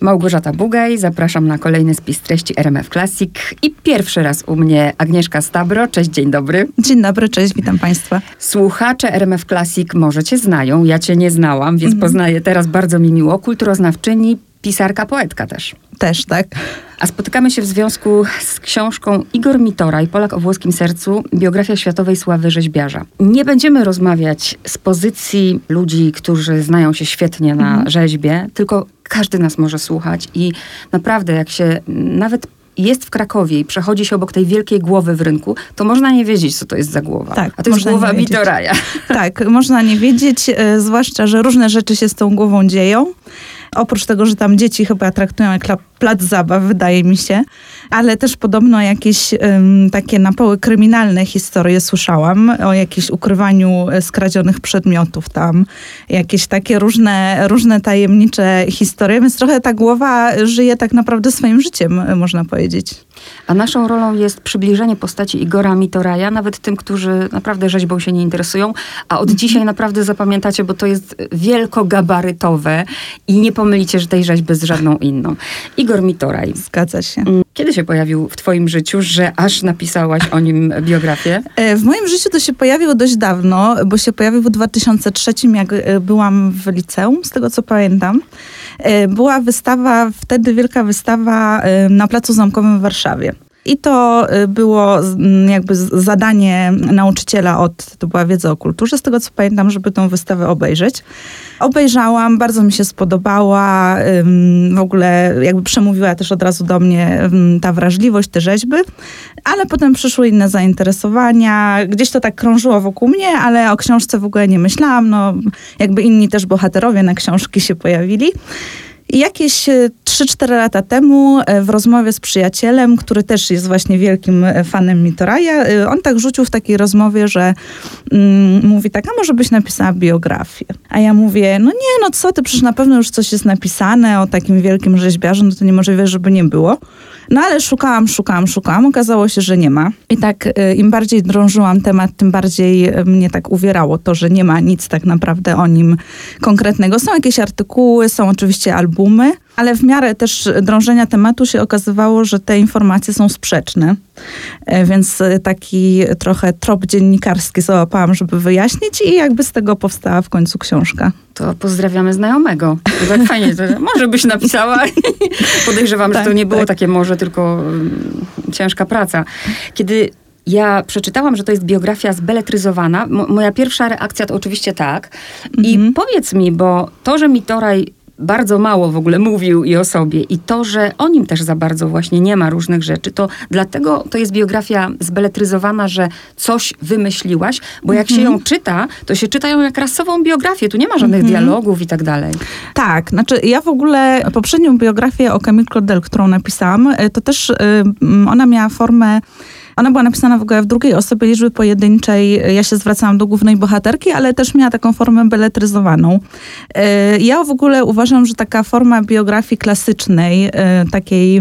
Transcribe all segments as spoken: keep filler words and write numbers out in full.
Małgorzata Bugaj, zapraszam na kolejny spis treści R M F Classic i pierwszy raz u mnie Agnieszka Stabro. Cześć, dzień dobry. Dzień dobry, cześć, witam Państwa. Słuchacze R M F Classic może Cię znają, ja Cię nie znałam, więc mm-hmm. poznaję teraz, bardzo mi miło. Kulturoznawczyni, pisarka, poetka też. Też, tak. A spotykamy się w związku z książką Igor Mitoraj, Polak o włoskim sercu, biografia światowej sławy rzeźbiarza. Nie będziemy rozmawiać z pozycji ludzi, którzy znają się świetnie na mhm. rzeźbie, tylko każdy nas może słuchać i naprawdę jak się nawet jest w Krakowie i przechodzi się obok tej wielkiej głowy w rynku, to można nie wiedzieć, co to jest za głowa. Tak, a to jest głowa Mitoraja. Tak, można nie wiedzieć, e, zwłaszcza, że różne rzeczy się z tą głową dzieją. Oprócz tego, że tam dzieci chyba traktują jak plac zabaw, wydaje mi się, ale też podobno jakieś um, takie napoły kryminalne historie słyszałam o jakimś ukrywaniu skradzionych przedmiotów tam, jakieś takie różne, różne tajemnicze historie, więc trochę ta głowa żyje tak naprawdę swoim życiem, można powiedzieć. A naszą rolą jest przybliżenie postaci Igora Mitoraja, nawet tym, którzy naprawdę rzeźbą się nie interesują, a od mm-hmm. dzisiaj naprawdę zapamiętacie, bo to jest wielkogabarytowe i nie pomylicie, że tej rzeźby z żadną inną. Igor Mitoraj. Zgadza się. Kiedy się pojawił w twoim życiu, że aż napisałaś o nim biografię? W moim życiu to się pojawiło dość dawno, bo się pojawił w dwa tysiące trzecim, jak byłam w liceum, z tego co pamiętam. Była wystawa, wtedy wielka wystawa na Placu Zamkowym w Warszawie. I to było jakby zadanie nauczyciela od, to była wiedza o kulturze, z tego co pamiętam, żeby tą wystawę obejrzeć. Obejrzałam, bardzo mi się spodobała, w ogóle jakby przemówiła też od razu do mnie ta wrażliwość, te rzeźby, ale potem przyszły inne zainteresowania, gdzieś to tak krążyło wokół mnie, ale o książce w ogóle nie myślałam, no jakby inni też bohaterowie na książki się pojawili. I jakieś trzy cztery lata temu w rozmowie z przyjacielem, który też jest właśnie wielkim fanem Mitoraja, on tak rzucił w takiej rozmowie, że mm, mówi tak, a może byś napisała biografię. A ja mówię, no nie, no co ty, przecież na pewno już coś jest napisane o takim wielkim rzeźbiarzu, no to niemożliwe, żeby nie było. No ale szukałam, szukałam, szukałam. Okazało się, że nie ma. I tak y, im bardziej drążyłam temat, tym bardziej y, mnie tak uwierało to, że nie ma nic tak naprawdę o nim konkretnego. Są jakieś artykuły, są oczywiście albumy, ale w miarę też drążenia tematu się okazywało, że te informacje są sprzeczne. Y, więc y, taki trochę trop dziennikarski załapałam, żeby wyjaśnić i jakby z tego powstała w końcu książka. To pozdrawiamy znajomego. To tak fajnie, to może byś napisała. Podejrzewam, tak, że to nie było tak. takie może, tylko um, ciężka praca. Kiedy ja przeczytałam, że to jest biografia zbeletryzowana, m- moja pierwsza reakcja to oczywiście tak. I mm-hmm. powiedz mi, bo to, że Mitoraj bardzo mało w ogóle mówił i o sobie i to, że o nim też za bardzo właśnie nie ma różnych rzeczy, to dlatego to jest biografia zbeletryzowana, że coś wymyśliłaś, bo jak mm-hmm. się ją czyta, to się czyta ją jak rasową biografię. Tu nie ma żadnych mm-hmm. dialogów i tak dalej. Tak, znaczy ja w ogóle poprzednią biografię o Camille Claudel, którą napisałam, to też y, ona miała formę. Ona była napisana w ogóle w drugiej osobie liczby pojedynczej. Ja się zwracałam do głównej bohaterki, ale też miała taką formę beletryzowaną. Ja w ogóle uważam, że taka forma biografii klasycznej, takiej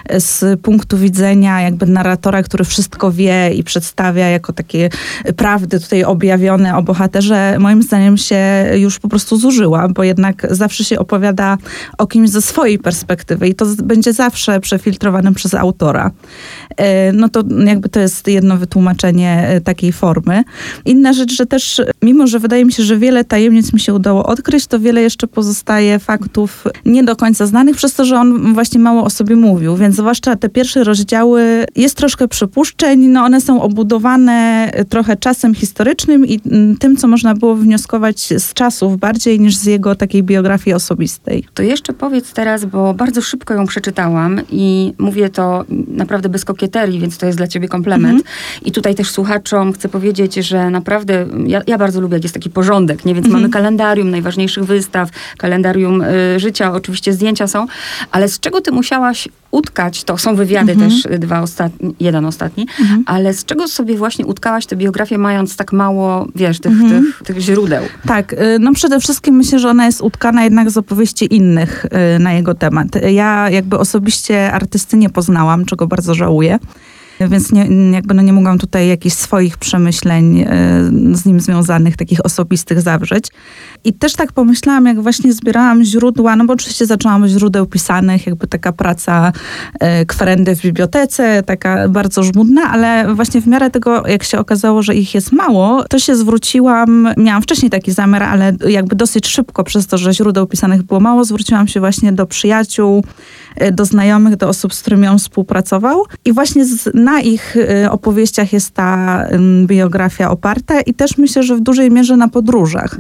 z punktu widzenia jakby narratora, który wszystko wie i przedstawia jako takie prawdy tutaj objawione o bohaterze, moim zdaniem się już po prostu zużyła, bo jednak zawsze się opowiada o kimś ze swojej perspektywy i to będzie zawsze przefiltrowane przez autora. No to jakby to jest jedno wytłumaczenie takiej formy. Inna rzecz, że też mimo, że wydaje mi się, że wiele tajemnic mi się udało odkryć, to wiele jeszcze pozostaje faktów nie do końca znanych, przez to, że on właśnie mało o sobie mówił. Więc zwłaszcza te pierwsze rozdziały, jest troszkę przypuszczeń, no one są obudowane trochę czasem historycznym i tym, co można było wnioskować z czasów bardziej niż z jego takiej biografii osobistej. To jeszcze powiedz teraz, bo bardzo szybko ją przeczytałam i mówię to naprawdę bez kokieterii, więc to jest dla ciebie komplement. Mm-hmm. I tutaj też słuchaczom chcę powiedzieć, że naprawdę ja, ja bardzo lubię, jak jest taki porządek, nie? Więc mm-hmm. mamy kalendarium najważniejszych wystaw, kalendarium y, życia, oczywiście zdjęcia są, ale z czego ty musiałaś utkać, to są wywiady mm-hmm. też, dwa ostatni, jeden ostatni, mm-hmm. ale z czego sobie właśnie utkałaś tę biografię, mając tak mało, wiesz, tych, mm-hmm. tych, tych źródeł? Tak, no przede wszystkim myślę, że ona jest utkana jednak z opowieści innych y, na jego temat. Ja jakby osobiście artysty nie poznałam, czego bardzo żałuję. więc nie, jakby no nie mogłam tutaj jakichś swoich przemyśleń z nim związanych, takich osobistych zawrzeć. I też tak pomyślałam, jak właśnie zbierałam źródła, no bo oczywiście zaczęłam od źródeł pisanych, jakby taka praca kwerendy w bibliotece, taka bardzo żmudna, ale właśnie w miarę tego, jak się okazało, że ich jest mało, to się zwróciłam, miałam wcześniej taki zamiar, ale jakby dosyć szybko, przez to, że źródeł pisanych było mało, zwróciłam się właśnie do przyjaciół, do znajomych, do osób, z którymi on współpracował. I właśnie z, na ich opowieściach jest ta biografia oparta i też myślę, że w dużej mierze na podróżach,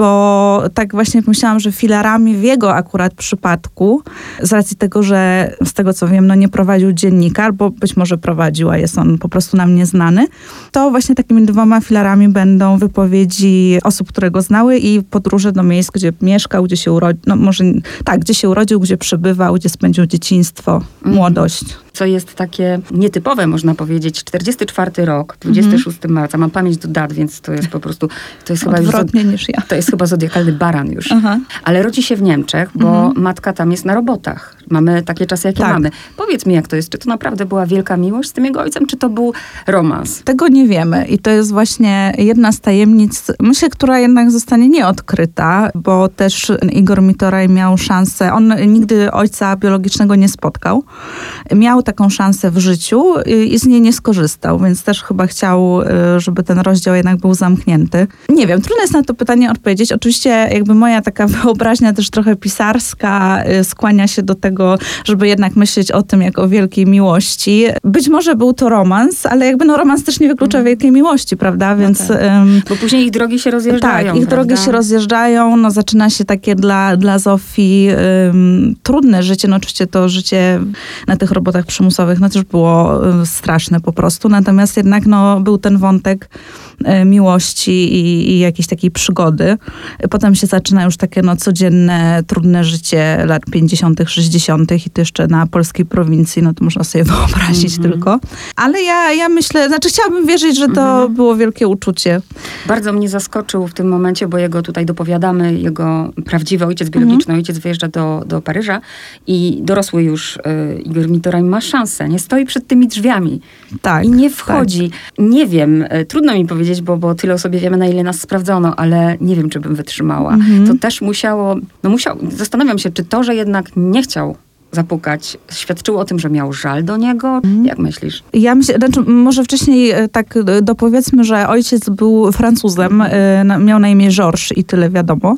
bo tak właśnie myślałam, że filarami w jego akurat przypadku, z racji tego, że z tego co wiem, no nie prowadził dziennika, bo być może prowadził, a jest on po prostu nam nieznany, to właśnie takimi dwoma filarami będą wypowiedzi osób, które go znały i podróże do miejsc, gdzie mieszkał, gdzie się urodził, no może tak, gdzie się urodził, gdzie przebywał, gdzie spędził dzieciństwo, młodość. Co jest takie nietypowe, można powiedzieć. czterdziesty czwarty rok, dwudziestego szóstego marca. Mam pamięć do dat, więc to jest po prostu... To jest chyba odwrotnie już, niż ja. To jest chyba zodiakalny baran już. Aha. Ale rodzi się w Niemczech, bo mhm. matka tam jest na robotach. Mamy takie czasy, jakie tak. mamy. Powiedz mi, jak to jest. Czy to naprawdę była wielka miłość z tym jego ojcem, czy to był romans? Tego nie wiemy. I to jest właśnie jedna z tajemnic, myślę, która jednak zostanie nieodkryta, bo też Igor Mitoraj miał szansę, on nigdy ojca biologicznego nie spotkał. Miał taką szansę w życiu i z niej nie skorzystał, więc też chyba chciał, żeby ten rozdział jednak był zamknięty. Nie wiem, trudno jest na to pytanie odpowiedzieć. Oczywiście jakby moja taka wyobraźnia też trochę pisarska skłania się do tego, żeby jednak myśleć o tym jak o wielkiej miłości. Być może był to romans, ale jakby no romans też nie wyklucza wielkiej miłości, prawda? Więc, no tak. um, bo później ich drogi się rozjeżdżają. Tak, ich prawda? drogi się rozjeżdżają. No zaczyna się takie dla, dla Zofii um, trudne życie. No oczywiście to życie na tych robotach przymusowych no też było um, straszne po prostu. Natomiast jednak no był ten wątek um, miłości i, i jakiejś takiej przygody. Potem się zaczyna już takie no codzienne, trudne życie lat pięćdziesiątych, sześćdziesiątych i to jeszcze na polskiej prowincji, no to można sobie wyobrazić mm-hmm. tylko. Ale ja, ja myślę, znaczy chciałabym wierzyć, że to mm-hmm. było wielkie uczucie. Bardzo mnie zaskoczył w tym momencie, bo jego tutaj dopowiadamy, jego prawdziwy ojciec, biologiczny mm-hmm. ojciec wyjeżdża do, do Paryża i dorosły już y, Igor Mitoraj ma szansę, nie stoi przed tymi drzwiami tak, i nie wchodzi. Tak. Nie wiem, y, trudno mi powiedzieć, bo, bo tyle o sobie wiemy, na ile nas sprawdzono, ale nie wiem, czy bym wytrzymała. Mm-hmm. To też musiało, no musiał, zastanawiam się, czy to, że jednak nie chciał zapukać, świadczyło o tym, że miał żal do niego? Mm. Jak myślisz? Ja myślę, znaczy może wcześniej tak dopowiedzmy, że ojciec był Francuzem, mm. miał na imię Georges i tyle wiadomo.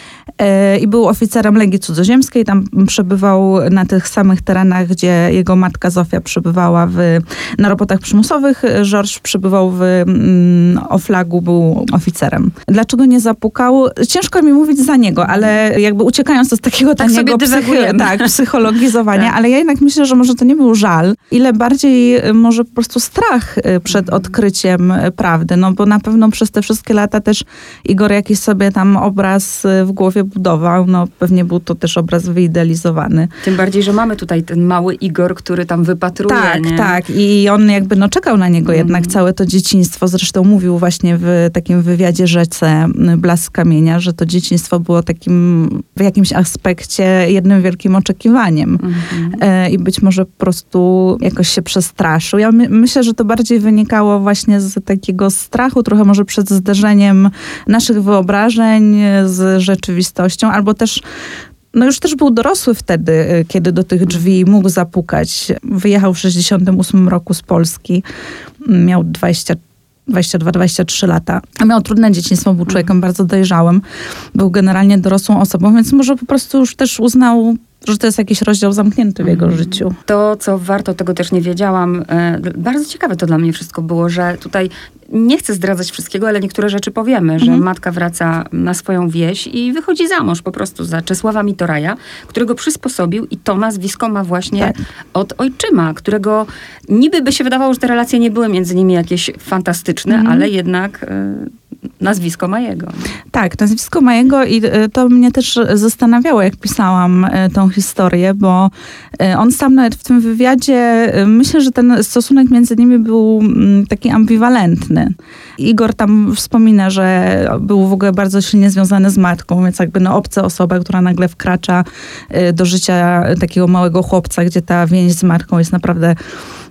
I był oficerem Legii Cudzoziemskiej, tam przebywał na tych samych terenach, gdzie jego matka Zofia przebywała w, na robotach przymusowych. Georges przebywał w mm, Oflagu, był oficerem. Dlaczego nie zapukał? Ciężko mi mówić za niego, ale jakby uciekając od takiego tak taniego psych- tak, psychologizowania, tak. Ale ja jednak myślę, że może to nie był żal, ile bardziej może po prostu strach przed odkryciem prawdy, no bo na pewno przez te wszystkie lata też Igor jakiś sobie tam obraz w głowie budował, no pewnie był to też obraz wyidealizowany. Tym bardziej, że mamy tutaj ten mały Igor, który tam wypatruje. Tak, nie? tak. I on jakby no czekał na niego mm. jednak całe to dzieciństwo. Zresztą mówił właśnie w takim wywiadzie Rzece Blask Kamienia, że to dzieciństwo było takim w jakimś aspekcie jednym wielkim oczekiwaniem. Mm-hmm. E, I być może po prostu jakoś się przestraszył. Ja my, myślę, że to bardziej wynikało właśnie z takiego strachu, trochę może przed zderzeniem naszych wyobrażeń z rzeczywistością, albo też, no już też był dorosły wtedy, kiedy do tych drzwi mógł zapukać. Wyjechał w sześćdziesiątym ósmym roku z Polski. Miał dwadzieścia, dwadzieścia dwa dwadzieścia trzy lata. Miał trudne dzieciństwo, był człowiekiem bardzo dojrzałym. Był generalnie dorosłą osobą, więc może po prostu już też uznał, że to jest jakiś rozdział zamknięty w jego mm. życiu. To, co warto, tego też nie wiedziałam. E, bardzo ciekawe to dla mnie wszystko było, że tutaj nie chcę zdradzać wszystkiego, ale niektóre rzeczy powiemy, że mm. matka wraca na swoją wieś i wychodzi za mąż po prostu za Czesława Mitoraja, którego przysposobił i to nazwisko ma właśnie tak. od ojczyma, którego niby by się wydawało, że te relacje nie były między nimi jakieś fantastyczne, mm. ale jednak e, nazwisko ma jego. Tak, nazwisko ma jego i to mnie też zastanawiało, jak pisałam tą historię, bo on sam nawet w tym wywiadzie, myślę, że ten stosunek między nimi był taki ambiwalentny. Igor tam wspomina, że był w ogóle bardzo silnie związany z matką, więc jakby no obca osoba, która nagle wkracza do życia takiego małego chłopca, gdzie ta więź z matką jest naprawdę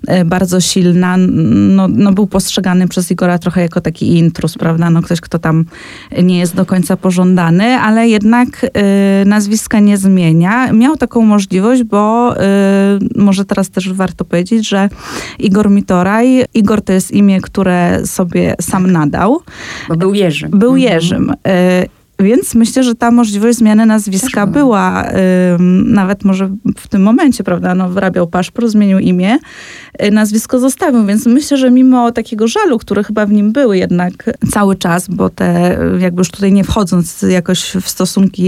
bardzo silna. No, no był postrzegany przez Igora trochę jako taki intruz, prawda? No ktoś, kto tam nie jest do końca pożądany, ale jednak y, nazwiska nie zmienia. Miał taką możliwość, bo y, może teraz też warto powiedzieć, że Igor Mitoraj, Igor to jest imię, które sobie sam nadał. Bo był Jerzym. Był mhm. Jerzym. Y, Więc myślę, że ta możliwość zmiany nazwiska była, ym, nawet może w tym momencie, prawda, no wyrabiał paszport, zmienił imię, y, nazwisko zostawił, więc myślę, że mimo takiego żalu, który chyba w nim był jednak cały czas, bo te, jakby już tutaj nie wchodząc jakoś w stosunki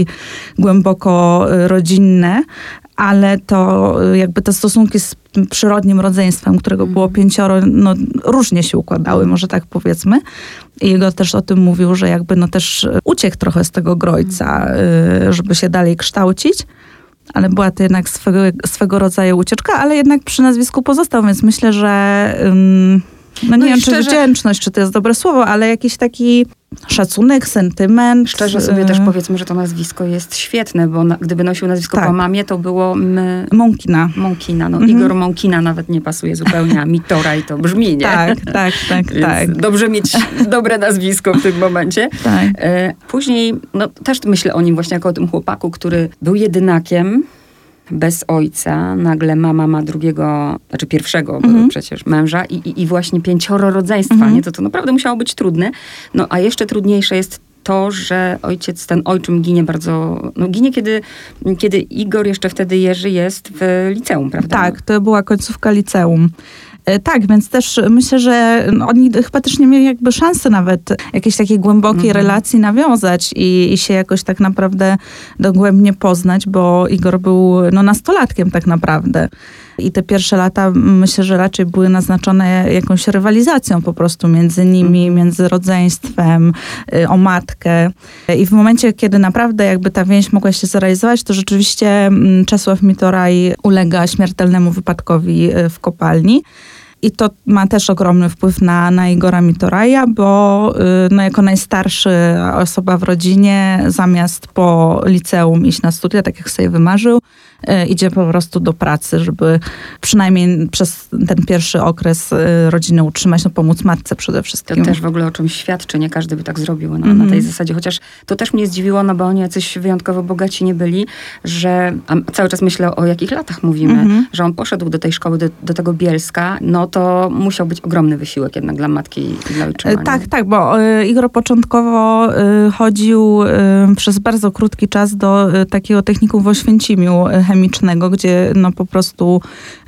głęboko rodzinne, ale to jakby te stosunki z przyrodnim rodzeństwem, którego było pięcioro, no różnie się układały, może tak powiedzmy. I Igor też o tym mówił, że jakby no też uciekł trochę z tego Grojca, żeby się dalej kształcić. Ale była to jednak swego, swego rodzaju ucieczka, ale jednak przy nazwisku pozostał, więc myślę, że um, no nie no wiem, szczerze, czy wdzięczność, czy to jest dobre słowo, ale jakiś taki szacunek, sentyment. Szczerze sobie też powiedzmy, że to nazwisko jest świetne, bo na, gdyby nosił nazwisko tak. po mamie, to było my... Mąkina. Mąkina, no mhm. Igor Mąkina nawet nie pasuje zupełnie, a Mitoraj to brzmi, nie? Tak, tak, tak, tak. Dobrze mieć dobre nazwisko w tym momencie. Tak. Później, no też myślę o nim właśnie jako o tym chłopaku, który był jedynakiem, bez ojca, nagle mama ma drugiego, znaczy pierwszego mhm. przecież męża i, i, i właśnie pięcioro rodzeństwa, mhm. nie? To, to naprawdę musiało być trudne. No a jeszcze trudniejsze jest to, że ojciec, ten ojczym ginie bardzo, no ginie kiedy, kiedy Igor, jeszcze wtedy Jerzy, jest w liceum, prawda? Tak, to była końcówka liceum. Tak, więc też myślę, że oni chyba też nie mieli jakby szansy nawet jakiejś takiej głębokiej mhm. relacji nawiązać i, i się jakoś tak naprawdę dogłębnie poznać, bo Igor był no, nastolatkiem tak naprawdę. I te pierwsze lata myślę, że raczej były naznaczone jakąś rywalizacją po prostu między nimi, między rodzeństwem, y, o matkę. I w momencie, kiedy naprawdę jakby ta więź mogła się zrealizować, to rzeczywiście Czesław Mitoraj ulega śmiertelnemu wypadkowi w kopalni. I to ma też ogromny wpływ na, na Igora Mitoraja, bo no, jako najstarszy osoba w rodzinie, zamiast po liceum iść na studia, tak jak sobie wymarzył, idzie po prostu do pracy, żeby przynajmniej przez ten pierwszy okres rodziny utrzymać, no pomóc matce przede wszystkim. To też w ogóle o czymś świadczy, nie każdy by tak zrobił na, mm. na tej zasadzie, chociaż to też mnie zdziwiło, no bo oni jacyś wyjątkowo bogaci nie byli, że, a cały czas myślę o jakich latach mówimy, mm-hmm. że on poszedł do tej szkoły, do, do tego Bielska, no to musiał być ogromny wysiłek jednak dla matki i dla ojczyma. Tak, tak, bo Igor początkowo chodził przez bardzo krótki czas do takiego technikum w Oświęcimiu chemicznego, gdzie no po prostu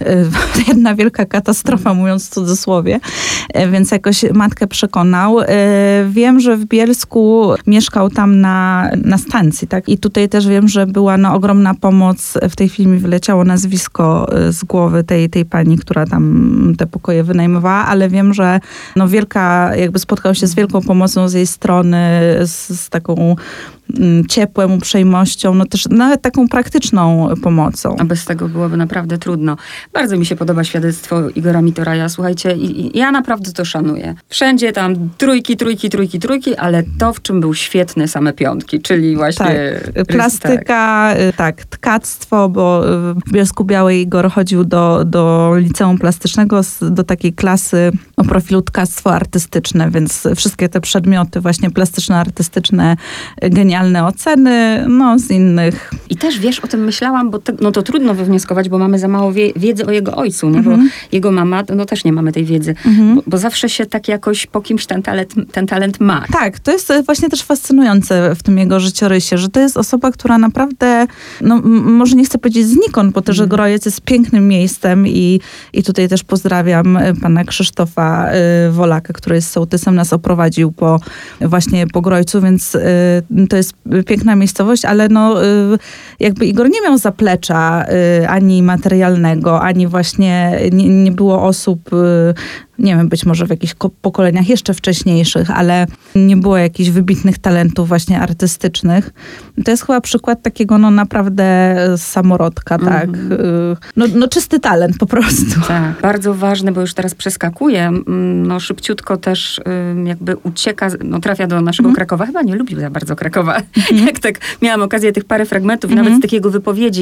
jedna wielka katastrofa, mówiąc w cudzysłowie, więc jakoś matkę przekonał. Wiem, że w Bielsku mieszkał tam na, na stacji, tak? I tutaj też wiem, że była no, ogromna pomoc. W tej chwili mi wyleciało nazwisko z głowy tej, tej pani, która tam te pokoje wynajmowała, ale wiem, że no wielka, jakby spotkał się z wielką pomocą z jej strony, z, z taką ciepłem, uprzejmością, no też nawet taką praktyczną pomocą. A bez tego byłoby naprawdę trudno. Bardzo mi się podoba świadectwo Igora Mitoraja. Słuchajcie, i, i ja naprawdę to szanuję. Wszędzie tam trójki, trójki, trójki, trójki, ale to, w czym był świetny, same piątki, czyli właśnie... Tak, plastyka, tak. tak, tkactwo, bo w Bielsku Białej Igor chodził do, do liceum plastycznego, do takiej klasy o profilu tkactwo artystyczne, więc wszystkie te przedmioty właśnie plastyczno-artystyczne, genialne oceny, no z innych. I też wiesz, o tym myślałam, bo te, no to trudno wywnioskować, bo mamy za mało wie, wiedzy o jego ojcu, nie? Mm-hmm. Bo jego mama, no też nie mamy tej wiedzy, mm-hmm. bo, bo zawsze się tak jakoś po kimś ten talent, ten talent ma. Tak, to jest właśnie też fascynujące w tym jego życiorysie, że to jest osoba, która naprawdę, no m- może nie chcę powiedzieć znikąd, bo też mm. Grojec jest pięknym miejscem i, i tutaj też pozdrawiam pana Krzysztofa y, Wolaka, który jest sołtysem, nas oprowadził po właśnie po Grojcu, więc y, to jest piękna miejscowość, ale no jakby Igor nie miał zaplecza ani materialnego, ani właśnie nie, nie było osób, nie wiem, być może w jakichś pokoleniach jeszcze wcześniejszych, ale nie było jakichś wybitnych talentów właśnie artystycznych. To jest chyba przykład takiego no naprawdę samorodka, mm-hmm. tak? No, no czysty talent po prostu. Tak, bardzo ważne, bo już teraz przeskakuję, no szybciutko też jakby ucieka, no trafia do naszego mm-hmm. Krakowa. Chyba nie lubił za bardzo Krakowa. Mm-hmm. Jak tak miałam okazję tych parę fragmentów, mm-hmm. nawet z takiego wypowiedzi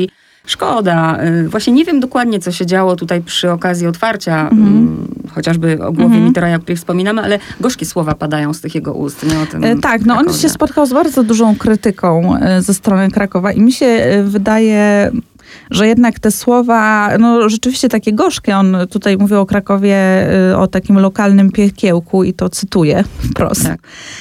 Szkoda. Właśnie nie wiem dokładnie, co się działo tutaj przy okazji otwarcia, mm. chociażby o głowie mm. Mitoraja, o której wspominamy, ale gorzkie słowa padają z tych jego ust. Nie, o tym e, tak, no on się spotkał z bardzo dużą krytyką e, ze strony Krakowa i mi się e, wydaje, że jednak te słowa, no rzeczywiście takie gorzkie, on tutaj mówił o Krakowie, y, o takim lokalnym piekiełku i to cytuję wprost. Tak.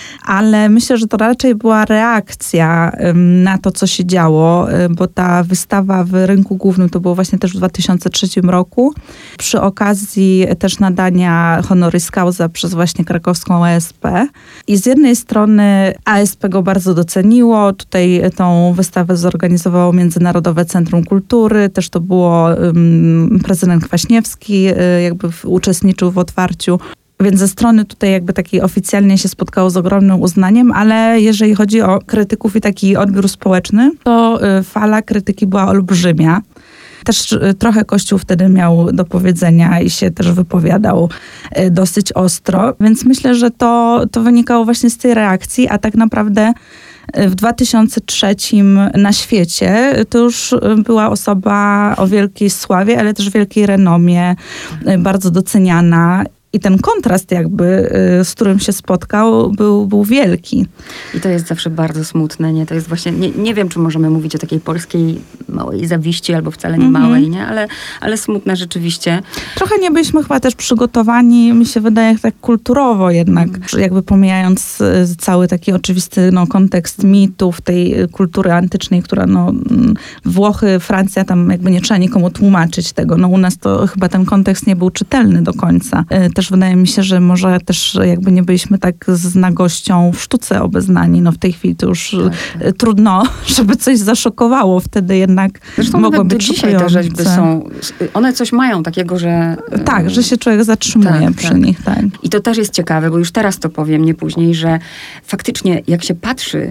Ale myślę, że to raczej była reakcja y, na to, co się działo, y, bo ta wystawa w Rynku Głównym to było właśnie też w dwa tysiące trzecim roku, przy okazji też nadania honoris causa przez właśnie krakowską A S P. I z jednej strony A S P go bardzo doceniło, tutaj tą wystawę zorganizowało Międzynarodowe Centrum Kultury, też to było um, prezydent Kwaśniewski, y, jakby w, uczestniczył w otwarciu. Więc ze strony tutaj jakby takiej oficjalnie się spotkało z ogromnym uznaniem, ale jeżeli chodzi o krytyków i taki odbiór społeczny, to y, fala krytyki była olbrzymia. Też y, trochę Kościół wtedy miał do powiedzenia i się też wypowiadał y, dosyć ostro, więc myślę, że to, to wynikało właśnie z tej reakcji, a tak naprawdę w dwa tysiące trzecim na świecie to już była osoba o wielkiej sławie, ale też wielkiej renomie, bardzo doceniana. I ten kontrast jakby, z którym się spotkał, był, był wielki. I to jest zawsze bardzo smutne, nie? To jest właśnie, nie, nie wiem, czy możemy mówić o takiej polskiej małej zawiści, albo wcale nie małej, mm-hmm. nie? Ale, ale smutne rzeczywiście. Trochę nie byliśmy chyba też przygotowani, mi się wydaje, tak kulturowo jednak, mm. jakby pomijając cały taki oczywisty no, kontekst mitów, tej kultury antycznej, która no Włochy, Francja, tam jakby nie trzeba nikomu tłumaczyć tego. No u nas to chyba ten kontekst nie był czytelny do końca. Też wydaje mi się, że może też jakby nie byliśmy tak z nagością w sztuce obeznani. No w tej chwili to już tak, tak. trudno, żeby coś zaszokowało. Wtedy jednak Zresztą mogło nawet być do dzisiaj te rzeźby są, one coś mają takiego, że... Tak, że się człowiek zatrzymuje tak, przy tak. nich. Tak. I to też jest ciekawe, bo już teraz to powiem, nie później, że faktycznie jak się patrzy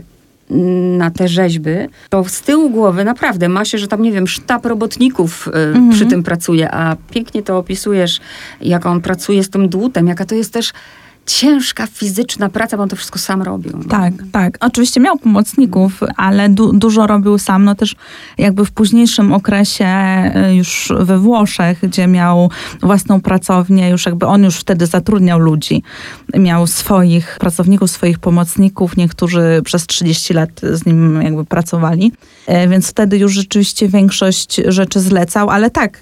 na te rzeźby, to z tyłu głowy naprawdę ma się, że tam, nie wiem, sztab robotników y, mm-hmm. przy tym pracuje, a pięknie to opisujesz, jak on pracuje z tym dłutem, jaka to jest też ciężka, fizyczna praca, bo on to wszystko sam robił. No. Tak, tak. Oczywiście miał pomocników, ale du- dużo robił sam. No też jakby w późniejszym okresie już we Włoszech, gdzie miał własną pracownię, już jakby on już wtedy zatrudniał ludzi. Miał swoich pracowników, swoich pomocników. Niektórzy przez trzydzieści lat z nim jakby pracowali. Więc wtedy już rzeczywiście większość rzeczy zlecał, ale tak,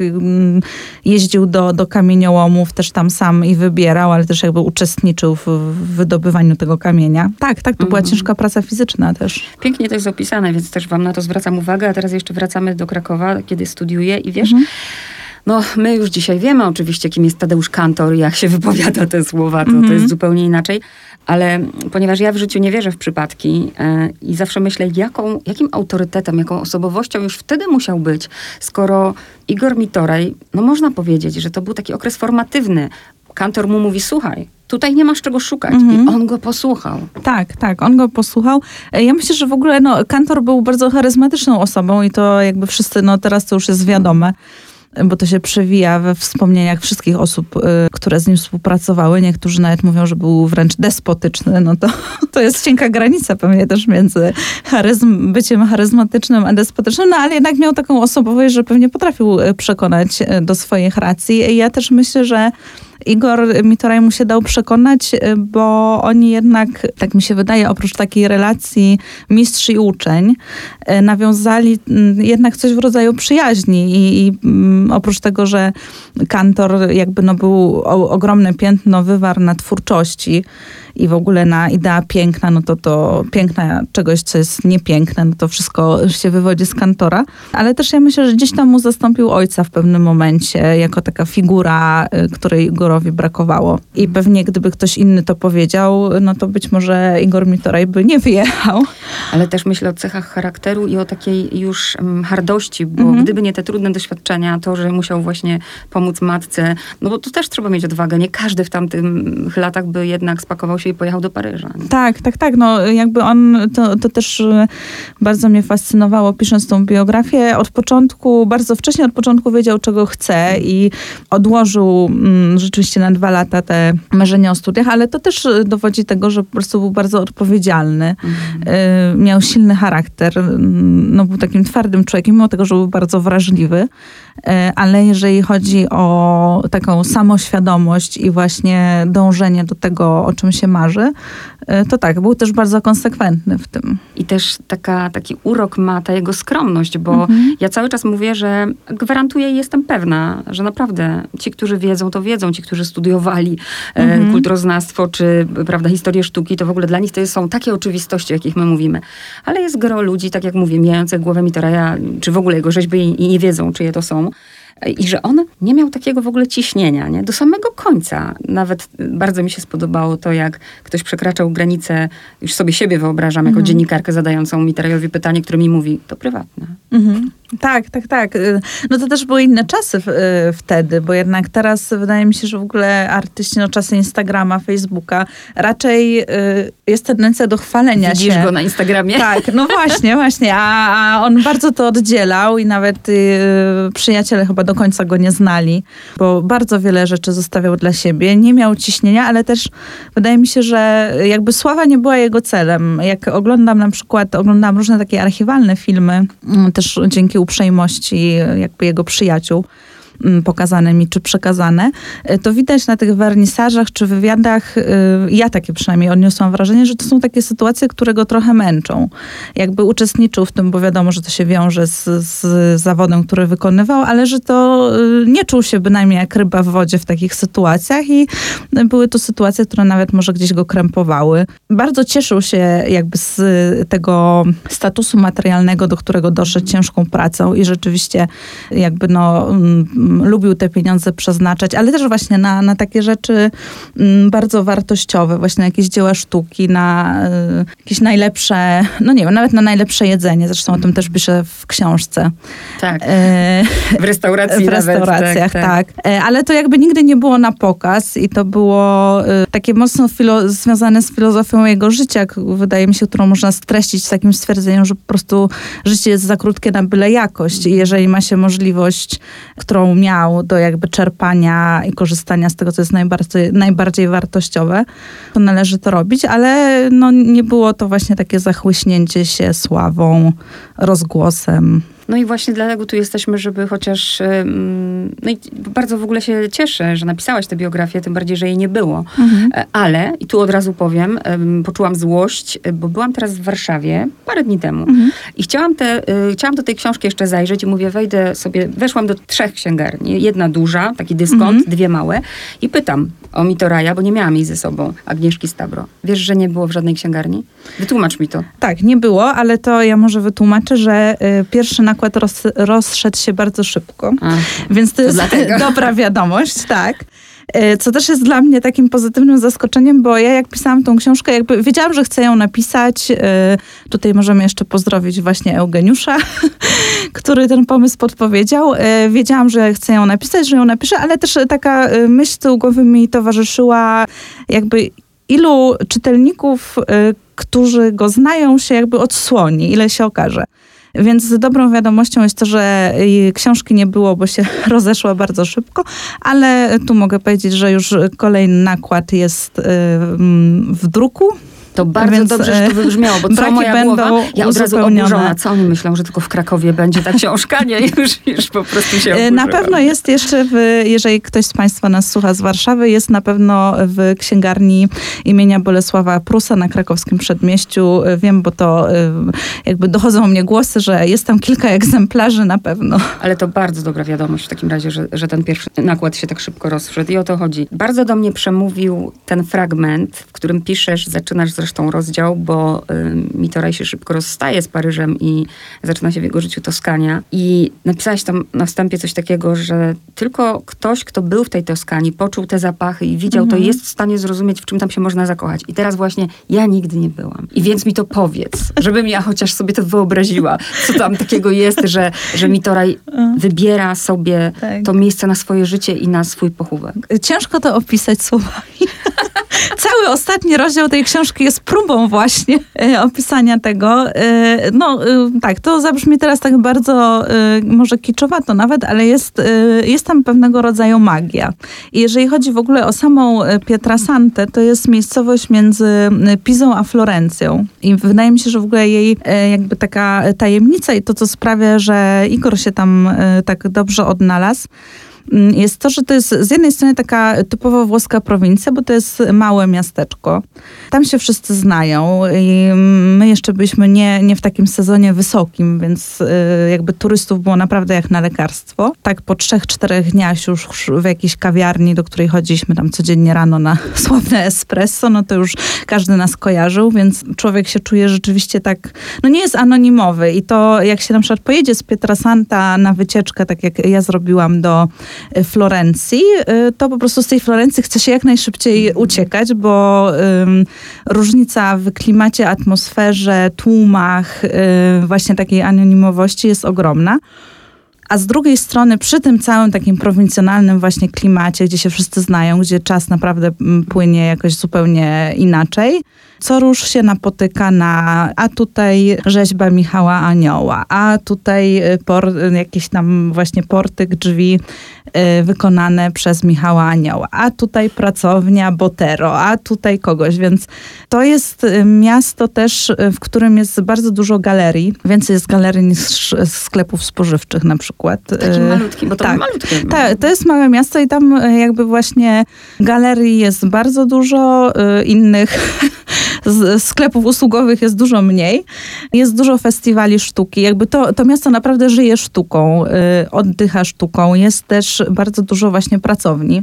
jeździł do, do kamieniołomów, też tam sam i wybierał, ale też jakby uczestniczył w wydobywaniu tego kamienia. Tak, tak, to była mm. ciężka praca fizyczna też. Pięknie to jest opisane, więc też wam na to zwracam uwagę, a teraz jeszcze wracamy do Krakowa, kiedy studiuję i wiesz, mm. no my już dzisiaj wiemy oczywiście, kim jest Tadeusz Kantor i jak się wypowiada te słowa, to, mm. to jest zupełnie inaczej, ale ponieważ ja w życiu nie wierzę w przypadki e, i zawsze myślę, jaką, jakim autorytetem, jaką osobowością już wtedy musiał być, skoro Igor Mitoraj, no można powiedzieć, że to był taki okres formatywny. Kantor mu mówi, słuchaj, tutaj nie masz czego szukać. Mm-hmm. I on go posłuchał. Tak, tak, on go posłuchał. Ja myślę, że w ogóle no, Kantor był bardzo charyzmatyczną osobą i to jakby wszyscy, no teraz to już jest wiadome, bo to się przewija we wspomnieniach wszystkich osób, y, które z nim współpracowały. Niektórzy nawet mówią, że był wręcz despotyczny. No to, to jest cienka granica pewnie też między charyzm, byciem charyzmatycznym a despotycznym, no ale jednak miał taką osobowość, że pewnie potrafił przekonać do swoich racji. I ja też myślę, że Igor Mitoraj mu się dał przekonać, bo oni jednak, tak mi się wydaje, oprócz takiej relacji mistrz i uczeń, nawiązali jednak coś w rodzaju przyjaźni i, i oprócz tego, że Kantor jakby no był o, ogromne piętno wywarł na twórczości i w ogóle na idea piękna, no to to piękna czegoś, co jest niepiękne, no to wszystko się wywodzi z Kantora. Ale też ja myślę, że gdzieś tam mu zastąpił ojca w pewnym momencie, jako taka figura, której Igorowi brakowało. I pewnie gdyby ktoś inny to powiedział, no to być może Igor Mitoraj by nie wyjechał. Ale też myślę o cechach charakteru i o takiej już um, hardości, bo mhm. gdyby nie te trudne doświadczenia, to, że musiał właśnie pomóc matce, no bo to też trzeba mieć odwagę. Nie każdy w tamtych latach by jednak spakował się się i pojechał do Paryża. Nie? Tak, tak, tak. No jakby on, to, to też bardzo mnie fascynowało, pisząc tą biografię. Od początku, bardzo wcześnie od początku wiedział, czego chce i odłożył mm, rzeczywiście na dwa lata te marzenia o studiach, ale to też dowodzi tego, że po prostu był bardzo odpowiedzialny. Mhm. Y, miał silny charakter. No, był takim twardym człowiekiem, mimo tego, że był bardzo wrażliwy. Y, ale jeżeli chodzi o taką samoświadomość i właśnie dążenie do tego, o czym się marzy, y, to tak, był też bardzo konsekwentny w tym. I też taka, taki urok ma ta jego skromność, bo mhm. ja cały czas mówię, że gwarantuję i jestem pewna, że naprawdę ci, którzy wiedzą, to wiedzą. Ci, którzy studiowali mhm. e, kulturoznawstwo czy prawda, historię sztuki, to w ogóle dla nich to są takie oczywistości, o jakich my mówimy. Ale jest gro ludzi, tak jak mówię, mijających głowę Mitoraja, czy w ogóle jego rzeźby i, i nie wiedzą, czyje to są. I że on nie miał takiego w ogóle ciśnienia, nie? Do samego końca. Nawet bardzo mi się spodobało to, jak ktoś przekraczał granicę, już sobie siebie wyobrażam, jako mm. dziennikarkę zadającą Mitorajowi pytanie, które mi mówi, to prywatne. Mm-hmm. Tak, tak, tak. No to też były inne czasy w, y, wtedy, bo jednak teraz wydaje mi się, że w ogóle artyści, no czasy Instagrama, Facebooka, raczej y, jest tendencja do chwalenia Widzisz się. Widzisz go na Instagramie? Tak, no właśnie, właśnie. A, a on bardzo to oddzielał i nawet y, przyjaciele chyba do końca go nie znali, bo bardzo wiele rzeczy zostawiał dla siebie. Nie miał ciśnienia, ale też wydaje mi się, że jakby sława nie była jego celem. Jak oglądam na przykład, oglądam różne takie archiwalne filmy, też dzięki uprzejmości jakby jego przyjaciół, pokazane mi, czy przekazane, to widać na tych wernisażach, czy wywiadach, ja takie przynajmniej odniosłam wrażenie, że to są takie sytuacje, które go trochę męczą. Jakby uczestniczył w tym, bo wiadomo, że to się wiąże z, z zawodem, który wykonywał, ale że to nie czuł się bynajmniej jak ryba w wodzie w takich sytuacjach i były to sytuacje, które nawet może gdzieś go krępowały. Bardzo cieszył się jakby z tego statusu materialnego, do którego doszedł ciężką pracą i rzeczywiście jakby no lubił te pieniądze przeznaczać, ale też właśnie na, na takie rzeczy m, bardzo wartościowe, właśnie na jakieś dzieła sztuki, na y, jakieś najlepsze, no nie wiem, nawet na najlepsze jedzenie. Zresztą o tym też piszę w książce. Tak. E, w restauracji W restauracjach, nawet, tak, tak. E, ale to jakby nigdy nie było na pokaz i to było y, takie mocno filo- związane z filozofią jego życia, wydaje mi się, którą można streścić z takim stwierdzeniem, że po prostu życie jest za krótkie na byle jakość i jeżeli ma się możliwość, którą miał do jakby czerpania i korzystania z tego, co jest najbardziej, najbardziej wartościowe, to należy to robić, ale no nie było to właśnie takie zachłyśnięcie się sławą, rozgłosem. No i właśnie dlatego tu jesteśmy, żeby chociaż... No i bardzo w ogóle się cieszę, że napisałaś tę biografię, tym bardziej, że jej nie było. Mhm. Ale, i tu od razu powiem, poczułam złość, bo byłam teraz w Warszawie parę dni temu mhm. i chciałam, te, chciałam do tej książki jeszcze zajrzeć i mówię, wejdę sobie, weszłam do trzech księgarni. Jedna duża, taki dyskont, mhm. dwie małe i pytam o Mitoraja, bo nie miałam jej ze sobą, Agnieszki Stabro. Wiesz, że nie było w żadnej księgarni? Wytłumacz mi to. Tak, nie było, ale to ja może wytłumaczę, że y, pierwszy nakład roz, rozszedł się bardzo szybko. A, więc to jest to dobra wiadomość, tak. Y, co też jest dla mnie takim pozytywnym zaskoczeniem, bo ja jak pisałam tą książkę, jakby wiedziałam, że chcę ją napisać. Y, tutaj możemy jeszcze pozdrowić właśnie Eugeniusza, który ten pomysł podpowiedział. Y, wiedziałam, że chcę ją napisać, że ją napiszę, ale też taka y, myśl z tyłu głowy mi towarzyszyła, jakby ilu czytelników, y, którzy go znają, się jakby odsłoni, ile się okaże. Więc dobrą wiadomością jest to, że książki nie było, bo się rozeszła bardzo szybko, ale tu mogę powiedzieć, że już kolejny nakład jest y, w druku. To bardzo Więc, dobrze, że to wybrzmiało, bo co moja głowa, ja od razu oburzona, co oni myślą, że tylko w Krakowie będzie ta książka, nie? Już, już po prostu się oburzyłam. Na pewno jest jeszcze, w, jeżeli ktoś z Państwa nas słucha z Warszawy, jest na pewno w księgarni imienia Bolesława Prusa na krakowskim Przedmieściu. Wiem, bo to jakby dochodzą mnie głosy, że jest tam kilka egzemplarzy na pewno. Ale to bardzo dobra wiadomość w takim razie, że, że ten pierwszy nakład się tak szybko rozszedł i o to chodzi. Bardzo do mnie przemówił ten fragment, w którym piszesz, zaczynasz zresztą rozdział, bo y, Mitoraj się szybko rozstaje z Paryżem i zaczyna się w jego życiu Toskania. I napisałaś tam na wstępie coś takiego, że tylko ktoś, kto był w tej Toskanii, poczuł te zapachy i widział, mhm. to jest w stanie zrozumieć, w czym tam się można zakochać. I teraz właśnie ja nigdy nie byłam. I więc mi to powiedz, żebym ja chociaż sobie to wyobraziła, co tam takiego jest, że, że Mitoraj wybiera sobie tak. to miejsce na swoje życie i na swój pochówek. Ciężko to opisać słowami. Cały ostatni rozdział tej książki jest próbą właśnie e, opisania tego. E, no e, tak, to zabrzmi teraz tak bardzo e, może kiczowato nawet, ale jest, e, jest tam pewnego rodzaju magia. I jeżeli chodzi w ogóle o samą Pietrasantę, to jest miejscowość między Pizą a Florencją. I wydaje mi się, że w ogóle jej e, jakby taka tajemnica i to, co sprawia, że Igor się tam e, tak dobrze odnalazł, jest to, że to jest z jednej strony taka typowo włoska prowincja, bo to jest małe miasteczko. Tam się wszyscy znają i my jeszcze byliśmy nie, nie w takim sezonie wysokim, więc jakby turystów było naprawdę jak na lekarstwo. Tak po trzech, czterech dniach już w jakiejś kawiarni, do której chodziliśmy tam codziennie rano na sławne espresso, no to już każdy nas kojarzył, więc człowiek się czuje rzeczywiście tak, no nie jest anonimowy i to jak się na przykład pojedzie z Pietrasanta na wycieczkę, tak jak ja zrobiłam do Florencji, to po prostu z tej Florencji chce się jak najszybciej uciekać, bo um, różnica w klimacie, atmosferze, tłumach, um, właśnie takiej anonimowości jest ogromna. A z drugiej strony przy tym całym takim prowincjonalnym właśnie klimacie, gdzie się wszyscy znają, gdzie czas naprawdę płynie jakoś zupełnie inaczej, co róż się napotyka na, a tutaj rzeźba Michała Anioła, a tutaj por, jakiś tam właśnie portyk drzwi y, wykonane przez Michała Anioła, a tutaj pracownia Botero, a tutaj kogoś, więc to jest miasto też, w którym jest bardzo dużo galerii, więcej jest galerii niż sklepów spożywczych na przykład. Taki malutki, bo to tak, malutkie. Tak, to jest małe miasto i tam jakby właśnie galerii jest bardzo dużo, y, innych z sklepów usługowych jest dużo mniej. Jest dużo festiwali sztuki. Jakby to, to miasto naprawdę żyje sztuką, y, oddycha sztuką. Jest też bardzo dużo właśnie pracowni,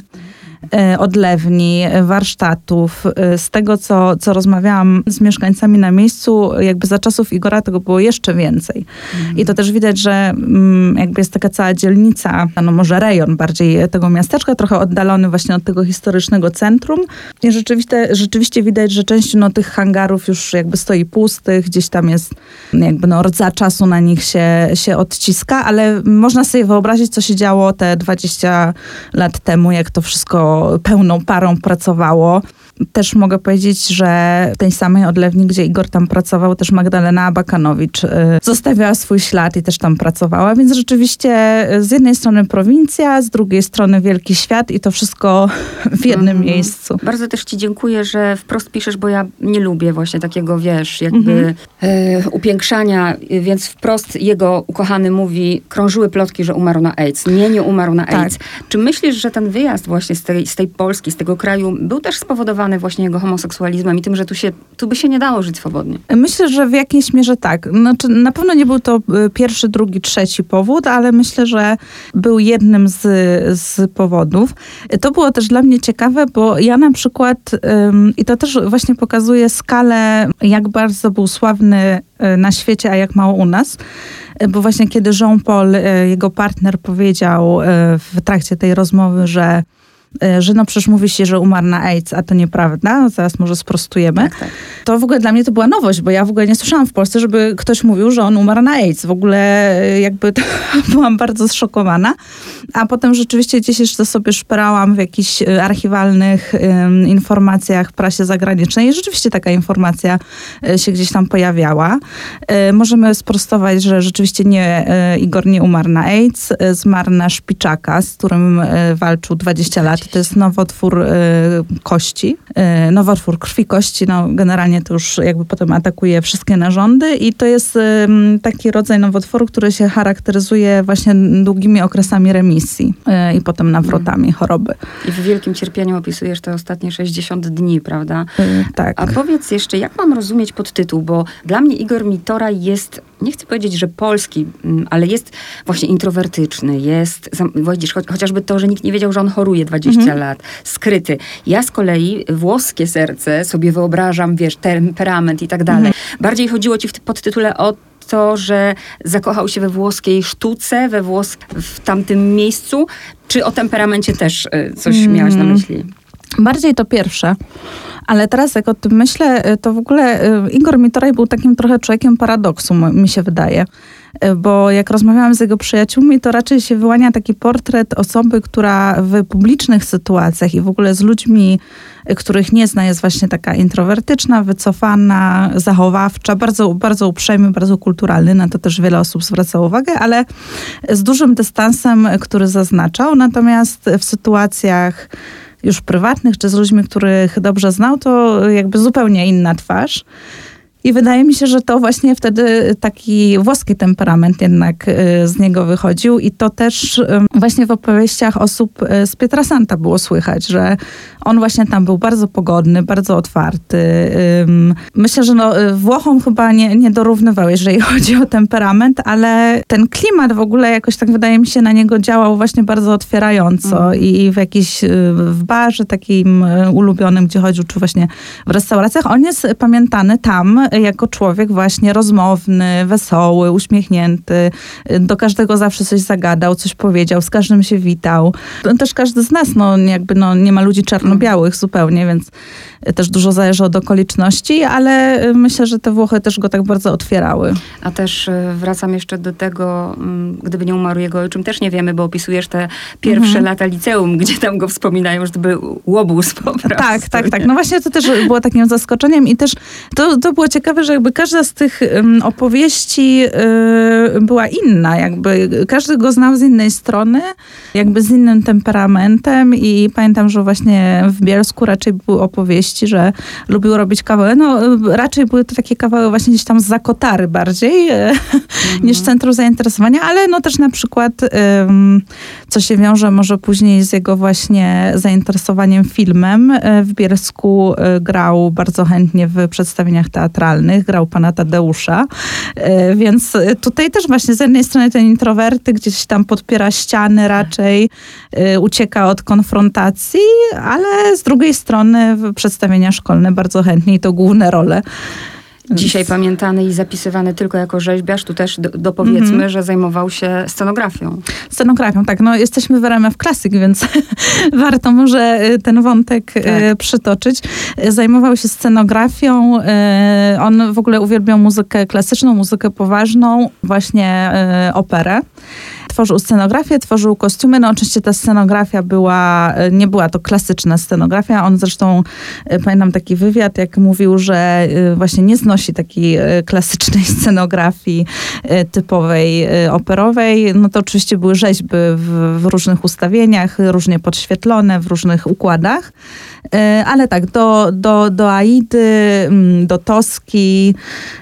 y, odlewni, warsztatów. Y, z tego, co, co rozmawiałam z mieszkańcami na miejscu, jakby za czasów Igora tego było jeszcze więcej. Mhm. I to też widać, że mm, jakby jest taka cała dzielnica, no może rejon bardziej tego miasteczka, trochę oddalony właśnie od tego historycznego centrum. I rzeczywiście, rzeczywiście widać, że część no, tych hangarów już jakby stoi pustych, gdzieś tam jest jakby no, rdza czasu na nich się, się odciska, ale można sobie wyobrazić, co się działo te dwadzieścia lat temu, jak to wszystko pełną parą pracowało. Też mogę powiedzieć, że w tej samej odlewni, gdzie Igor tam pracował, też Magdalena Abakanowicz y, zostawiała swój ślad i też tam pracowała, więc rzeczywiście z jednej strony prowincja, z drugiej strony wielki świat i to wszystko w jednym mm. miejscu. Bardzo też ci dziękuję, że wprost piszesz, bo ja nie lubię właśnie takiego, wiesz, jakby mm-hmm. y, upiększania, więc wprost jego ukochany mówi, krążyły plotki, że umarł na AIDS. Nie, nie umarł na AIDS. Tak. Czy myślisz, że ten wyjazd właśnie z tej, z tej Polski, z tego kraju był też spowodowany właśnie jego homoseksualizmem i tym, że tu, się, tu by się nie dało żyć swobodnie? Myślę, że w jakiejś mierze tak. Znaczy, na pewno nie był to pierwszy, drugi, trzeci powód, ale myślę, że był jednym z, z powodów. To było też dla mnie ciekawe, bo ja na przykład, ym, i to też właśnie pokazuje skalę, jak bardzo był sławny na świecie, a jak mało u nas. Bo właśnie kiedy Jean-Paul, jego partner, powiedział w trakcie tej rozmowy, że że no przecież mówi się, że umarł na AIDS, a to nieprawda, zaraz może sprostujemy. Tak, tak. To w ogóle dla mnie to była nowość, bo ja w ogóle nie słyszałam w Polsce, żeby ktoś mówił, że on umarł na AIDS. W ogóle jakby byłam bardzo zszokowana. A potem rzeczywiście gdzieś jeszcze sobie szperałam w jakichś archiwalnych um, informacjach w prasie zagranicznej i rzeczywiście taka informacja się gdzieś tam pojawiała. E, możemy sprostować, że rzeczywiście nie, e, Igor nie umarł na AIDS, e, zmarł na szpiczaka, z którym e, walczył dwadzieścia lat. To jest nowotwór y, kości, y, nowotwór krwi kości. No, generalnie to już jakby potem atakuje wszystkie narządy i to jest y, taki rodzaj nowotworu, który się charakteryzuje właśnie długimi okresami remisji y, i potem nawrotami choroby. I w wielkim cierpieniu opisujesz te ostatnie sześćdziesiąt dni, prawda? Y, tak. A powiedz jeszcze, jak mam rozumieć podtytuł, bo dla mnie Igor Mitora jest, nie chcę powiedzieć, że polski, ale jest właśnie introwertyczny, jest, widzisz, cho- chociażby to, że nikt nie wiedział, że on choruje dwadzieścia mhm. lat, skryty. Ja z kolei włoskie serce sobie wyobrażam, wiesz, temperament i tak dalej. Mhm. Bardziej chodziło ci w podtytule o to, że zakochał się we włoskiej sztuce, we włos- w tamtym miejscu, czy o temperamencie też coś mhm. miałaś na myśli? Bardziej to pierwsze. Ale teraz jak o tym myślę, to w ogóle Igor Mitoraj był takim trochę człowiekiem paradoksu, mi się wydaje. bo jak rozmawiałam z jego przyjaciółmi, to raczej się wyłania taki portret osoby, która w publicznych sytuacjach i w ogóle z ludźmi, których nie zna, jest właśnie taka introwertyczna, wycofana, zachowawcza, bardzo, bardzo uprzejmy, bardzo kulturalny. Na to też wiele osób zwracało uwagę, ale z dużym dystansem, który zaznaczał. Natomiast w sytuacjach już prywatnych, czy z ludźmi, których dobrze znał, to jakby zupełnie inna twarz. I wydaje mi się, że to właśnie wtedy taki włoski temperament jednak z niego wychodził i to też właśnie w opowieściach osób z Pietrasanta było słychać, że on właśnie tam był bardzo pogodny, bardzo otwarty. Myślę, że no, Włochom chyba nie, nie dorównywał, jeżeli chodzi o temperament, ale ten klimat w ogóle jakoś tak wydaje mi się na niego działał właśnie bardzo otwierająco mm. i w jakiś w barze takim ulubionym, gdzie chodził, czy właśnie w restauracjach, on jest pamiętany tam jako człowiek właśnie rozmowny, wesoły, uśmiechnięty. Do każdego zawsze coś zagadał, coś powiedział, z każdym się witał. Też każdy z nas, no jakby no, nie ma ludzi czarno-białych zupełnie, więc też dużo zależy od okoliczności, ale myślę, że te Włochy też go tak bardzo otwierały. A też wracam jeszcze do tego, gdyby nie umarł jego ojczym, też nie wiemy, bo opisujesz te pierwsze mhm. lata liceum, gdzie tam go wspominają, że to był łobuz po prostu. Tak, tak, tak. No właśnie to też było takim zaskoczeniem i też to, to było ciekawe, że jakby każda z tych um, opowieści yy, była inna. Jakby każdy go znał z innej strony, jakby z innym temperamentem i pamiętam, że właśnie w Bielsku raczej były opowieści, że lubił robić kawały. No raczej były to takie kawały właśnie gdzieś tam z Zakotary bardziej mm. niż centrum zainteresowania, ale no też na przykład um, co się wiąże może później z jego właśnie zainteresowaniem filmem. W Bielsku grał bardzo chętnie w przedstawieniach teatralnych, grał pana Tadeusza, więc tutaj też właśnie z jednej strony ten introwerty gdzieś tam podpiera ściany raczej, ucieka od konfrontacji, ale z drugiej strony przedstawienia szkolne bardzo chętnie i to główne role. Dzisiaj pamiętany i zapisywany tylko jako rzeźbiarz, tu też do, dopowiedzmy, mm-hmm. że zajmował się scenografią. Scenografią, tak. No jesteśmy w R M F Classic, więc warto może ten wątek tak. przytoczyć. Zajmował się scenografią. On w ogóle uwielbiał muzykę klasyczną, muzykę poważną, właśnie operę. Tworzył scenografię, tworzył kostiumy. No oczywiście ta scenografia była, nie była to klasyczna scenografia. On zresztą, pamiętam taki wywiad, jak mówił, że właśnie nie znosi takiej klasycznej scenografii typowej operowej. No to oczywiście były rzeźby w, w różnych ustawieniach, różnie podświetlone, w różnych układach. Ale tak, do, do, do Aidy, do Toski,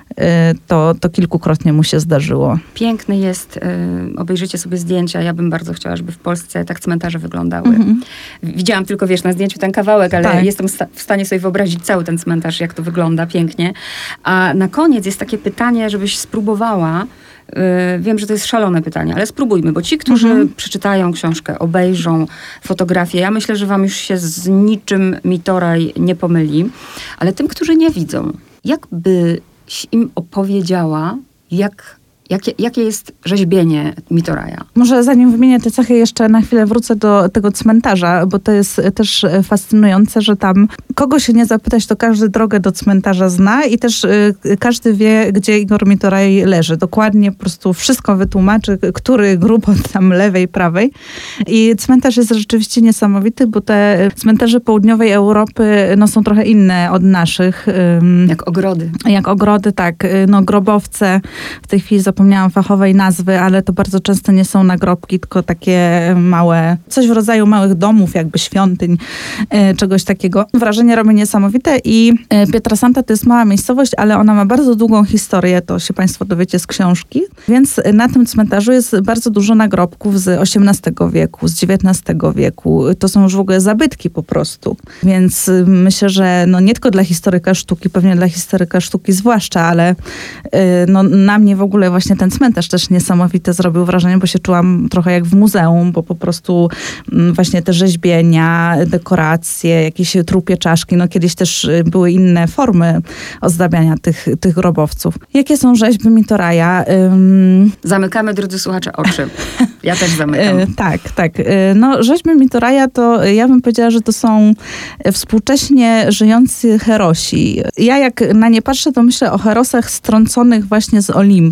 to, to kilkukrotnie mu się zdarzyło. Piękny jest, y, obejrzyjcie sobie zdjęcia. Ja bym bardzo chciała, żeby w Polsce tak cmentarze wyglądały. Mm-hmm. Widziałam tylko, wiesz, na zdjęciu ten kawałek, ale tak. jestem w stanie sobie wyobrazić cały ten cmentarz, jak to wygląda pięknie. A na koniec jest takie pytanie, żebyś spróbowała. Y, wiem, że to jest szalone pytanie, ale spróbujmy, bo ci, którzy mm-hmm. przeczytają książkę, obejrzą fotografię, ja myślę, że wam już się z niczym Mitoraj nie pomyli, ale tym, którzy nie widzą, jakby im opowiedziała, jak, jakie, jakie jest rzeźbienie Mitoraja. Może zanim wymienię te cechy, jeszcze na chwilę wrócę do tego cmentarza, bo to jest też fascynujące, że tam kogo się nie zapytać, to każdy drogę do cmentarza zna i też y, każdy wie, gdzie Igor Mitoraj leży. Dokładnie po prostu wszystko wytłumaczy, który grób od tam lewej, prawej. I cmentarz jest rzeczywiście niesamowity, bo te cmentarze południowej Europy no, są trochę inne od naszych. Ym, jak ogrody. Jak ogrody, tak. No, grobowce, w tej chwili zapomniałam fachowej nazwy, ale to bardzo często nie są nagrobki, tylko takie małe, coś w rodzaju małych domów, jakby świątyń, y, czegoś takiego. Wrażenie robi niesamowite i y, Pietrasanta to jest mała miejscowość, ale ona ma bardzo długą historię, to się państwo dowiecie z książki, więc na tym cmentarzu jest bardzo dużo nagrobków z osiemnastego wieku, z dziewiętnastego wieku. To są już w ogóle zabytki po prostu. Więc y, myślę, że no nie tylko dla historyka sztuki, pewnie dla historyka sztuki zwłaszcza, ale y, no, na mnie w ogóle właśnie ten cmentarz też niesamowite zrobił wrażenie, bo się czułam trochę jak w muzeum, bo po prostu y, właśnie te rzeźbienia, dekoracje, jakieś trupie czaszki, no kiedyś też były inne formy ozdabiania tych, tych grobowców. Jakie są rzeźby Mitoraja? Ym... Zamykamy, drodzy słuchacze, oczy. Ja też zamykam. Yy, tak, tak. Yy, no rzeźby Mitoraja to ja bym powiedziała, że to są współcześnie żyjący herosi. Ja jak na nie patrzę, to myślę o herosach strąconych właśnie z Olimpu i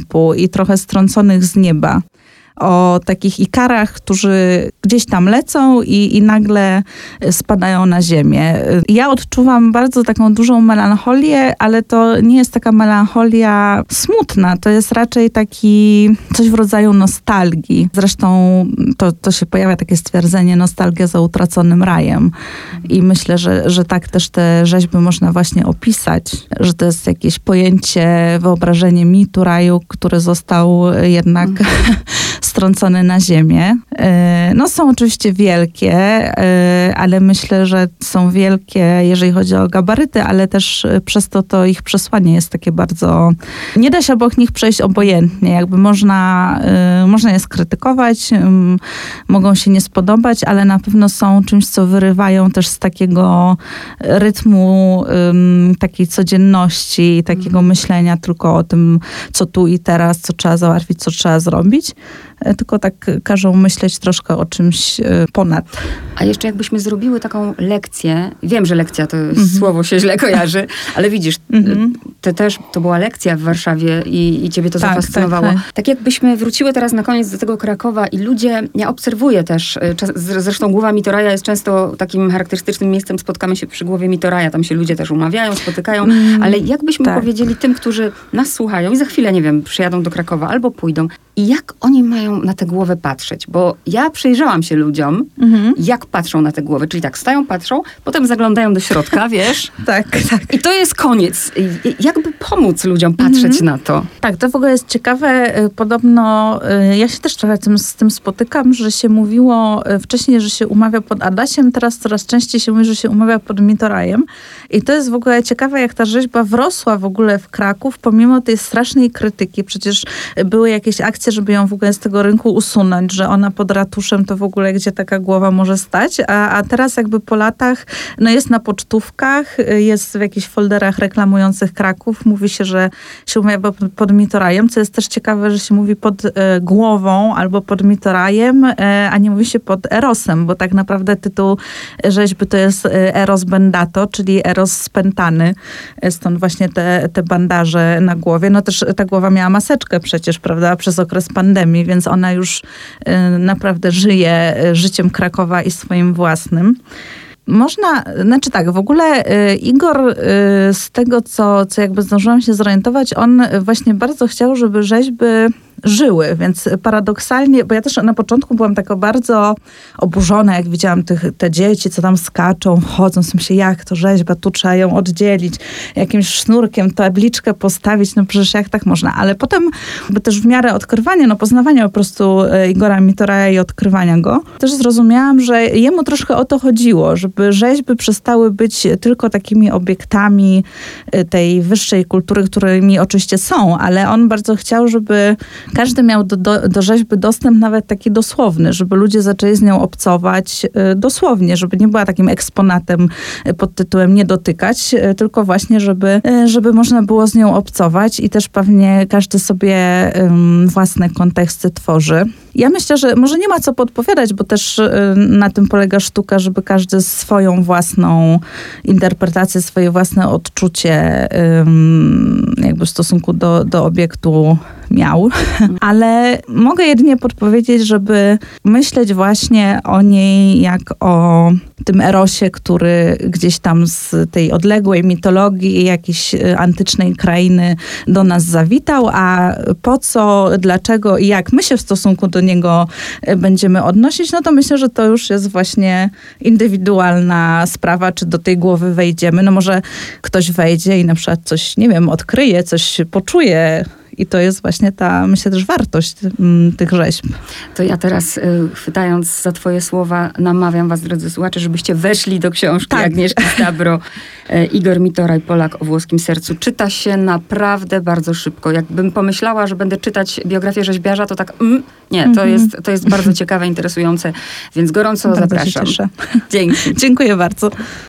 i trochę strąconych z nieba. O takich ikarach, którzy gdzieś tam lecą i, i nagle spadają na ziemię. Ja odczuwam bardzo taką dużą melancholię, ale to nie jest taka melancholia smutna, to jest raczej taki coś w rodzaju nostalgii. Zresztą to, to się pojawia takie stwierdzenie nostalgia za utraconym rajem. I myślę, że, że tak też te rzeźby można właśnie opisać, że to jest jakieś pojęcie, wyobrażenie mitu raju, który został jednak strącony na ziemię. No są oczywiście wielkie, ale myślę, że są wielkie, jeżeli chodzi o gabaryty, ale też przez to to ich przesłanie jest takie bardzo... Nie da się obok nich przejść obojętnie. Jakby można, można je skrytykować, mogą się nie spodobać, ale na pewno są czymś, co wyrywają też z takiego rytmu takiej codzienności, takiego myślenia tylko o tym, co tu i teraz, co trzeba załatwić, co trzeba zrobić. Tylko tak każą myśleć troszkę o czymś ponad. A jeszcze jakbyśmy zrobiły taką lekcję, wiem, że lekcja to mm-hmm. słowo się źle kojarzy, ale widzisz, mm-hmm. to też to była lekcja w Warszawie i, i ciebie to tak, zafascynowało. Tak, tak. tak jakbyśmy wróciły teraz na koniec do tego Krakowa i ludzie, ja obserwuję też, zresztą Głowa Mitoraja jest często takim charakterystycznym miejscem, spotkamy się przy Głowie Mitoraja, tam się ludzie też umawiają, spotykają, mm, ale jakbyśmy tak. powiedzieli tym, którzy nas słuchają i za chwilę, nie wiem, przyjadą do Krakowa albo pójdą, i jak oni mają na tę głowę patrzeć? Bo ja przyjrzałam się ludziom, mhm. jak patrzą na tę głowę. Czyli tak, stają, patrzą, potem zaglądają do środka, wiesz? tak, tak. I to jest koniec. Jakby pomóc ludziom patrzeć mhm. na to? Tak, to w ogóle jest ciekawe. Podobno, ja się też trochę tym, z tym spotykam, że się mówiło wcześniej, że się umawia pod Adasiem, teraz coraz częściej się mówi, że się umawia pod Mitorajem. I to jest w ogóle ciekawe, jak ta rzeźba wrosła w ogóle w Kraków, pomimo tej strasznej krytyki. Przecież były jakieś akcje, żeby ją w ogóle z tego rynku usunąć, że ona pod ratuszem to w ogóle gdzie taka głowa może stać, a, a teraz jakby po latach no jest na pocztówkach, jest w jakichś folderach reklamujących Kraków, mówi się, że się umawia pod, pod Mitorajem, co jest też ciekawe, że się mówi pod e, głową albo pod Mitorajem, e, a nie mówi się pod Erosem, bo tak naprawdę tytuł rzeźby to jest Eros Bendato, czyli Eros spętany, stąd właśnie te, te bandaże na głowie. No też ta głowa miała maseczkę przecież, prawda, przez okres pandemii, więc ona już y, naprawdę żyje życiem Krakowa i swoim własnym. Można, znaczy tak, w ogóle y, Igor y, z tego, co, co jakby zdążyłam się zorientować, on właśnie bardzo chciał, żeby rzeźby żyły, więc paradoksalnie, bo ja też na początku byłam taka bardzo oburzona, jak widziałam tych, te dzieci, co tam skaczą, chodzą, w sensie jak to rzeźba, tu trzeba ją oddzielić, jakimś sznurkiem tabliczkę postawić, no przecież jak tak można, ale potem, bo też w miarę odkrywania, no poznawania po prostu Igora Mitoraja i odkrywania go, też zrozumiałam, że jemu troszkę o to chodziło, żeby rzeźby przestały być tylko takimi obiektami tej wyższej kultury, którymi oczywiście są, ale on bardzo chciał, żeby każdy miał do, do, do rzeźby dostęp nawet taki dosłowny, żeby ludzie zaczęli z nią obcować y, dosłownie, żeby nie była takim eksponatem y, pod tytułem nie dotykać, y, tylko właśnie, żeby, y, żeby można było z nią obcować i też pewnie każdy sobie y, własne konteksty tworzy. Ja myślę, że może nie ma co podpowiadać, bo też y, na tym polega sztuka, żeby każdy swoją własną interpretację, swoje własne odczucie y, jakby w stosunku do, do obiektu miał, ale mogę jedynie podpowiedzieć, żeby myśleć właśnie o niej jak o tym Erosie, który gdzieś tam z tej odległej mitologii jakiejś antycznej krainy do nas zawitał, a po co, dlaczego i jak my się w stosunku do niego będziemy odnosić, no to myślę, że to już jest właśnie indywidualna sprawa, czy do tej głowy wejdziemy. No może ktoś wejdzie i na przykład coś, nie wiem, odkryje, coś poczuje. I to jest właśnie ta, myślę, też wartość m, tych rzeźb. To ja teraz, y, chwytając za twoje słowa, namawiam was, drodzy słuchacze, żebyście weszli do książki tak. Agnieszki Stabro, y, Igor Mitoraj, Polak o włoskim sercu. Czyta się naprawdę bardzo szybko. Jakbym pomyślała, że będę czytać biografię rzeźbiarza, to tak, mm, nie, to, mm-hmm. jest, to jest bardzo ciekawe, interesujące, więc gorąco bardzo zapraszam. Się cieszę. Dzięki. Dziękuję bardzo.